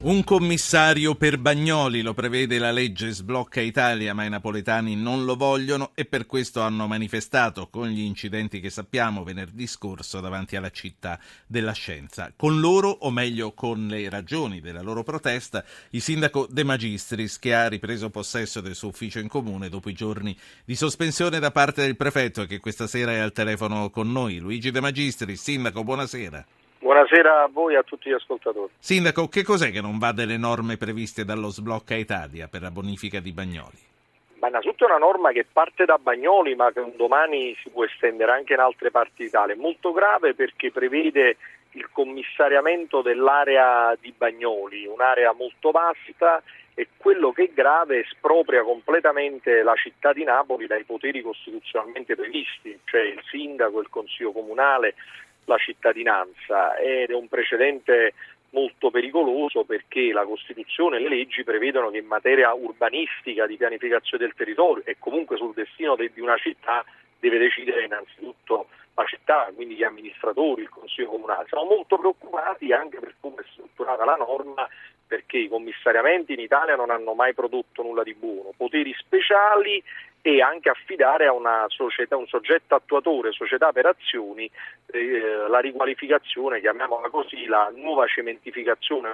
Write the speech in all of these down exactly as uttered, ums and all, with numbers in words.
Un commissario per Bagnoli, lo prevede la legge Sblocca Italia, ma i napoletani non lo vogliono e per questo hanno manifestato, con gli incidenti che sappiamo, venerdì scorso davanti alla città della scienza. Con loro, o meglio con le ragioni della loro protesta, il sindaco De Magistris, che ha ripreso possesso del suo ufficio in comune dopo i giorni di sospensione da parte del prefetto, che questa sera è al telefono con noi. Luigi De Magistris, sindaco, buonasera. Buonasera a voi e a tutti gli ascoltatori. Sindaco, che cos'è che non va delle norme previste dallo Sblocca Italia per la bonifica di Bagnoli? Ma innanzitutto è una norma che parte da Bagnoli ma che un domani si può estendere anche in altre parti d'Italia. È molto grave perché prevede il commissariamento dell'area di Bagnoli, un'area molto vasta, e quello che è grave espropria completamente la città di Napoli dai poteri costituzionalmente previsti, cioè il sindaco, il consiglio comunale, la cittadinanza, ed è un precedente molto pericoloso perché la Costituzione e le leggi prevedono che in materia urbanistica, di pianificazione del territorio e comunque sul destino de- di una città deve decidere innanzitutto la città, quindi gli amministratori, il Consiglio comunale. Siamo molto preoccupati anche per come è strutturata la norma, perché i commissariamenti in Italia non hanno mai prodotto nulla di buono, poteri speciali e anche affidare a una società, un soggetto attuatore, società per azioni, eh, la riqualificazione, chiamiamola così, la nuova cementificazione.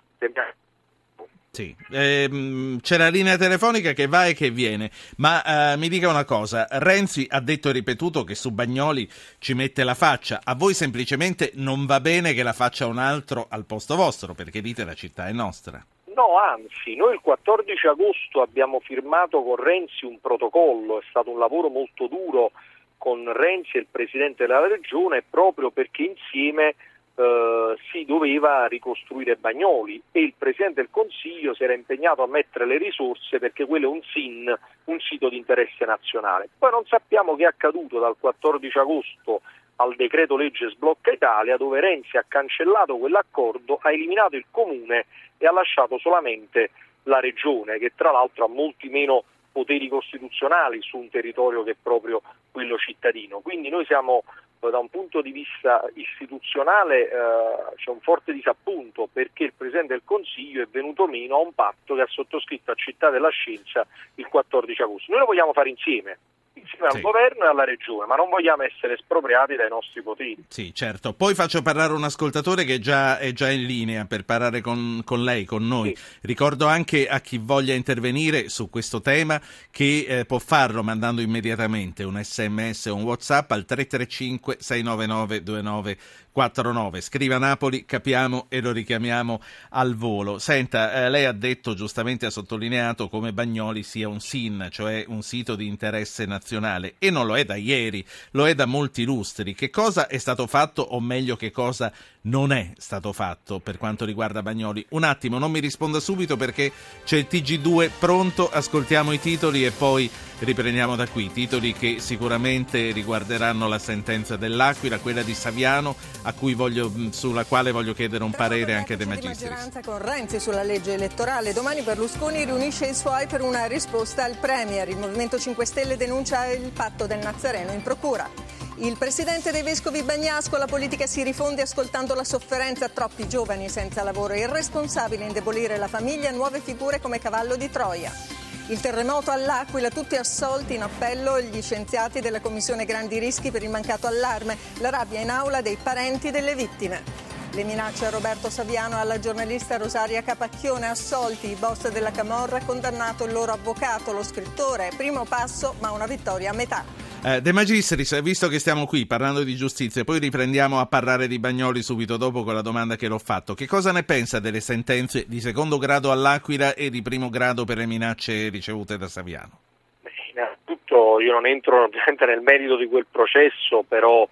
Sì, ehm, c'è la linea telefonica che va e che viene, ma eh, mi dica una cosa, Renzi ha detto e ripetuto che su Bagnoli ci mette la faccia, a voi semplicemente non va bene che la faccia un altro al posto vostro, perché dite la città è nostra. No, anzi, noi il quattordici agosto abbiamo firmato con Renzi un protocollo, è stato un lavoro molto duro con Renzi e il Presidente della Regione, proprio perché insieme eh, si doveva ricostruire Bagnoli e il Presidente del Consiglio si era impegnato a mettere le risorse perché quello è un S I N, un sito di interesse nazionale. Poi non sappiamo che è accaduto dal quattordici agosto al decreto legge Sblocca Italia, dove Renzi ha cancellato quell'accordo, ha eliminato il comune e ha lasciato solamente la regione, che tra l'altro ha molti meno poteri costituzionali su un territorio che è proprio quello cittadino. Quindi noi siamo, da un punto di vista istituzionale, eh, c'è un forte disappunto perché il Presidente del Consiglio è venuto meno a un patto che ha sottoscritto a Città della Scienza il quattordici agosto. Noi lo vogliamo fare insieme. insieme al sì. governo e alla regione, ma non vogliamo essere espropriati dai nostri poteri. Sì, certo. Poi faccio parlare un ascoltatore che già è già in linea per parlare con, con lei, con noi. Sì. Ricordo anche a chi voglia intervenire su questo tema che eh, può farlo mandando immediatamente un sms o un WhatsApp al tre tre cinque sei nove nove due nove quattro nove. Scriva Napoli, capiamo e lo richiamiamo al volo. Senta, eh, lei ha detto, giustamente ha sottolineato come Bagnoli sia un S I N, cioè un sito di interesse nazionale, e non lo è da ieri, lo è da molti lustri. Che cosa è stato fatto, o meglio che cosa non è stato fatto per quanto riguarda Bagnoli? Un attimo, non mi risponda subito perché c'è il T G due pronto, ascoltiamo i titoli e poi riprendiamo da qui. Titoli che sicuramente riguarderanno la sentenza dell'Aquila, quella di Saviano, a cui voglio, sulla quale voglio chiedere un parere anche De Magistris. Maggioranza con Renzi sulla legge elettorale. Domani Berlusconi riunisce i suoi per una risposta al Premier. Il Movimento cinque Stelle denuncia il patto del Nazareno in procura. Il presidente dei vescovi Bagnasco: la politica si rifonde ascoltando la sofferenza, troppi giovani senza lavoro, irresponsabile indebolire la famiglia, nuove figure come cavallo di Troia. Il terremoto all'Aquila, tutti assolti, in appello gli scienziati della Commissione Grandi Rischi per il mancato allarme, la rabbia in aula dei parenti delle vittime. Le minacce a Roberto Saviano e alla giornalista Rosaria Capacchione, assolti i boss della Camorra, condannato il loro avvocato, lo scrittore. Primo passo, ma una vittoria a metà. Eh, De Magistris, visto che stiamo qui parlando di giustizia, poi riprendiamo a parlare di Bagnoli subito dopo con la domanda che l'ho fatto. Che cosa ne pensa delle sentenze di secondo grado all'Aquila e di primo grado per le minacce ricevute da Saviano? Beh, innanzitutto io non entro ovviamente nel merito di quel processo, però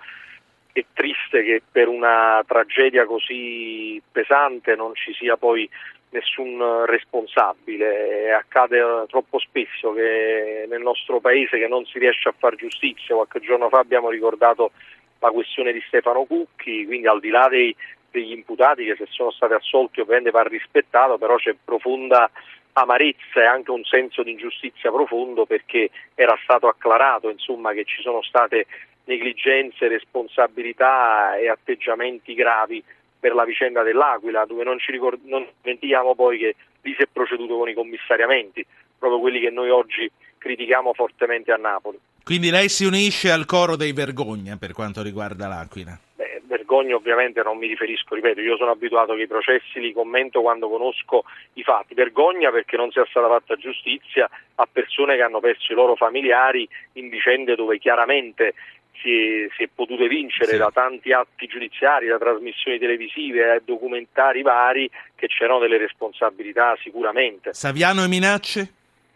è triste che per una tragedia così pesante non ci sia poi nessun responsabile. Accade troppo spesso che nel nostro paese che non si riesce a fare giustizia. Qualche giorno fa abbiamo ricordato la questione di Stefano Cucchi, quindi al di là dei, degli imputati che se sono stati assolti ovviamente va rispettato, però c'è profonda amarezza e anche un senso di ingiustizia profondo perché era stato acclarato insomma che ci sono state negligenze, responsabilità e atteggiamenti gravi per la vicenda dell'Aquila, dove non ci ricord- non dimentichiamo poi che lì si è proceduto con i commissariamenti, proprio quelli che noi oggi critichiamo fortemente a Napoli. Quindi lei si unisce al coro dei vergogna per quanto riguarda l'Aquila? Beh, vergogna ovviamente non mi riferisco, ripeto, io sono abituato che i processi li commento quando conosco i fatti. Vergogna perché non sia stata fatta giustizia a persone che hanno perso i loro familiari in vicende dove chiaramente si è, si è potuto evincere sì. da tanti atti giudiziari, da trasmissioni televisive e documentari vari che c'erano delle responsabilità sicuramente. Saviano e minacce?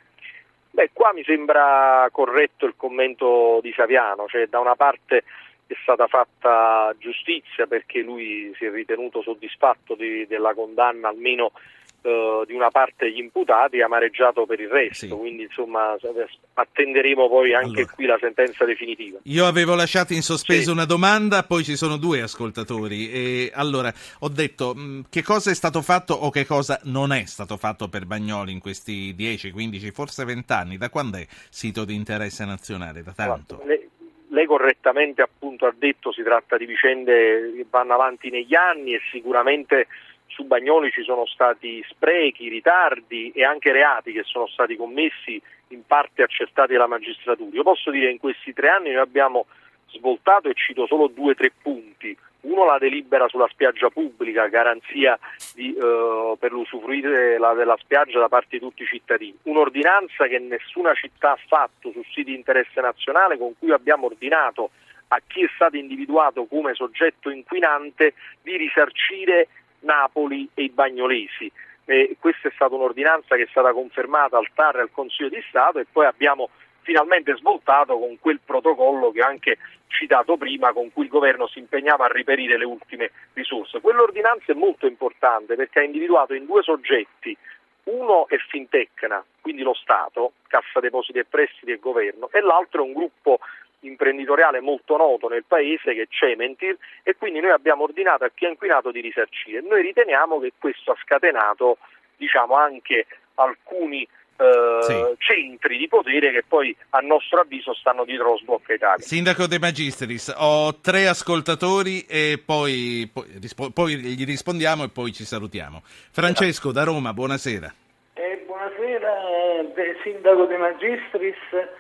Beh, qua mi sembra corretto il commento di Saviano, cioè da una parte è stata fatta giustizia perché lui si è ritenuto soddisfatto di, della condanna almeno eh, di una parte degli imputati e amareggiato per il resto, sì. quindi insomma attenderemo poi anche allora, qui la sentenza definitiva. Io avevo lasciato in sospeso sì. una domanda, poi ci sono due ascoltatori e allora ho detto mh, che cosa è stato fatto o che cosa non è stato fatto per Bagnoli in questi dieci, quindici, forse venti anni, da quando è sito di interesse nazionale? Da tanto? Allora, le... Lei correttamente appunto ha detto si tratta di vicende che vanno avanti negli anni e sicuramente su Bagnoli ci sono stati sprechi, ritardi e anche reati che sono stati commessi in parte accertati dalla magistratura. Io posso dire che in questi tre anni noi abbiamo svoltato e cito solo due o tre punti. Uno, la delibera sulla spiaggia pubblica, garanzia di, eh, per l'usufruire della, della spiaggia da parte di tutti i cittadini. Un'ordinanza che nessuna città ha fatto su siti di interesse nazionale, con cui abbiamo ordinato a chi è stato individuato come soggetto inquinante di risarcire Napoli e i bagnolesi. E questa è stata un'ordinanza che è stata confermata al T A R e al Consiglio di Stato e poi abbiamo finalmente svoltato con quel protocollo che ho anche citato prima, con cui il governo si impegnava a reperire le ultime risorse. Quell'ordinanza è molto importante perché ha individuato in due soggetti, uno è Fintecna, quindi lo Stato, Cassa Depositi e Prestiti e Governo, e l'altro è un gruppo imprenditoriale molto noto nel paese che è Cementir, e quindi noi abbiamo ordinato a chi ha inquinato di risarcire. Noi riteniamo che questo ha scatenato diciamo anche alcuni Uh, sì. centri di potere che poi a nostro avviso stanno dietro lo sblocca Italia. Sindaco De Magistris, ho tre ascoltatori e poi, poi, rispo- poi gli rispondiamo e poi ci salutiamo. Francesco da Roma, buonasera. Eh, buonasera eh, Sindaco De Magistris,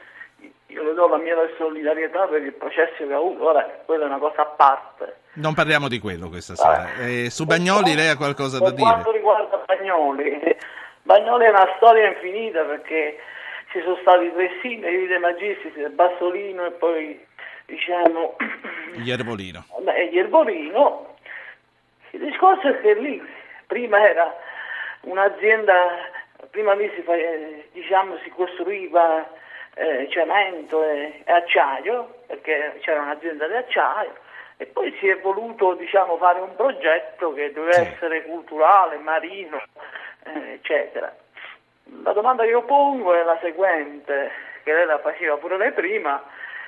io le do la mia solidarietà per il processo che ha avuto, ora quella è una cosa a parte. Non parliamo di quello questa sera. Eh, su Bagnoli lei ha qualcosa da dire? Per quanto riguarda Bagnoli, Bagnoli è una storia infinita perché ci sono stati tre sindaci De Magistris, Bassolino e poi diciamo Iervolino. Beh, Iervolino. Il discorso è che lì prima era un'azienda, prima lì si, fa, diciamo, si costruiva eh, cemento e, e acciaio, perché c'era un'azienda di acciaio, e poi si è voluto diciamo fare un progetto che doveva sì. essere culturale, marino, eccetera. La domanda che io pongo è la seguente, che lei la faceva pure lei prima: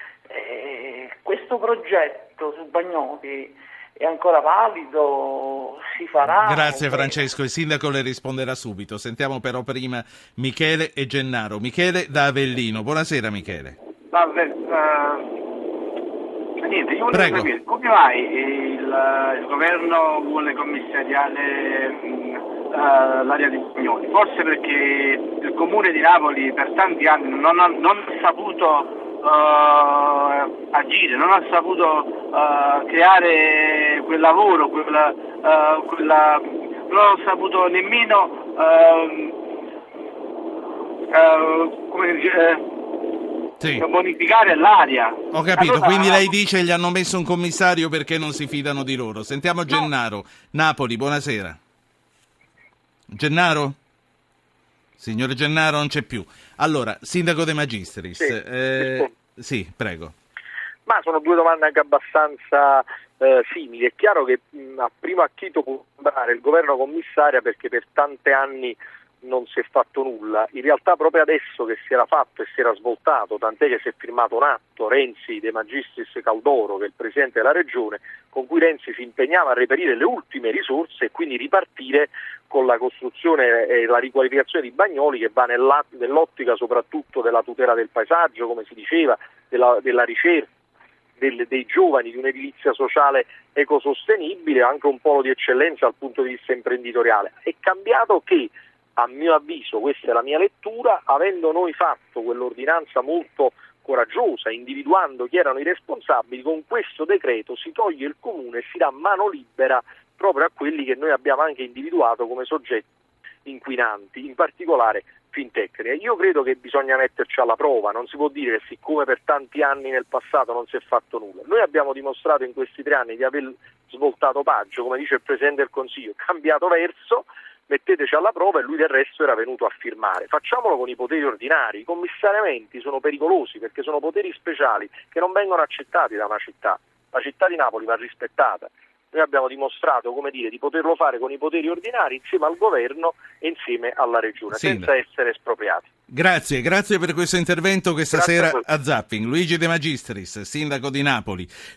eh, questo progetto su Bagnoli è ancora valido? Si farà? Grazie Francesco, il sindaco le risponderà subito. Sentiamo però prima Michele e Gennaro. Michele da Avellino, buonasera Michele. Vabbè, uh, niente, io volevo sapere come mai il, il governo vuole commissariare Uh, l'area di Bagnoli. Forse perché il comune di Napoli per tanti anni non ha, non ha saputo uh, agire, non ha saputo uh, creare quel lavoro, quella, uh, quella, non ha saputo nemmeno uh, uh, come dice, uh, sì. bonificare l'area. Ho capito, allora, quindi lei dice gli hanno messo un commissario perché non si fidano di loro. Sentiamo Gennaro, no. Napoli, buonasera. Gennaro? Signore Gennaro non c'è più. Allora, Sindaco De Magistris. Sì, eh, sì, prego. Ma sono due domande anche abbastanza eh, simili. È chiaro che mh, a primo acchito può sembrare il governo commissaria perché per tanti anni non si è fatto nulla. In realtà proprio adesso che si era fatto e si era svoltato, tant'è che si è firmato un atto, Renzi De Magistris Caldoro, che è il presidente della regione, con cui Renzi si impegnava a reperire le ultime risorse e quindi ripartire con la costruzione e la riqualificazione di Bagnoli, che va nell'ottica soprattutto della tutela del paesaggio, come si diceva, della, della ricerca, del, dei giovani, di un'edilizia sociale ecosostenibile, anche un polo di eccellenza dal punto di vista imprenditoriale. È cambiato che, a mio avviso, questa è la mia lettura, avendo noi fatto quell'ordinanza molto coraggiosa, individuando chi erano i responsabili, con questo decreto si toglie il comune e si dà mano libera proprio a quelli che noi abbiamo anche individuato come soggetti inquinanti, in particolare Fintecnia. Io credo che bisogna metterci alla prova, non si può dire che siccome per tanti anni nel passato non si è fatto nulla. Noi abbiamo dimostrato in questi tre anni di aver svoltato paggio, come dice il Presidente del Consiglio, cambiato verso, metteteci alla prova, e lui del resto era venuto a firmare. Facciamolo con i poteri ordinari. I commissariamenti sono pericolosi perché sono poteri speciali che non vengono accettati da una città. La città di Napoli va rispettata. Noi abbiamo dimostrato, come dire, di poterlo fare con i poteri ordinari insieme al governo e insieme alla regione, Sindaco, senza essere espropriati. Grazie, grazie per questo intervento questa Grazie sera a, a Zapping. Luigi De Magistris, sindaco di Napoli.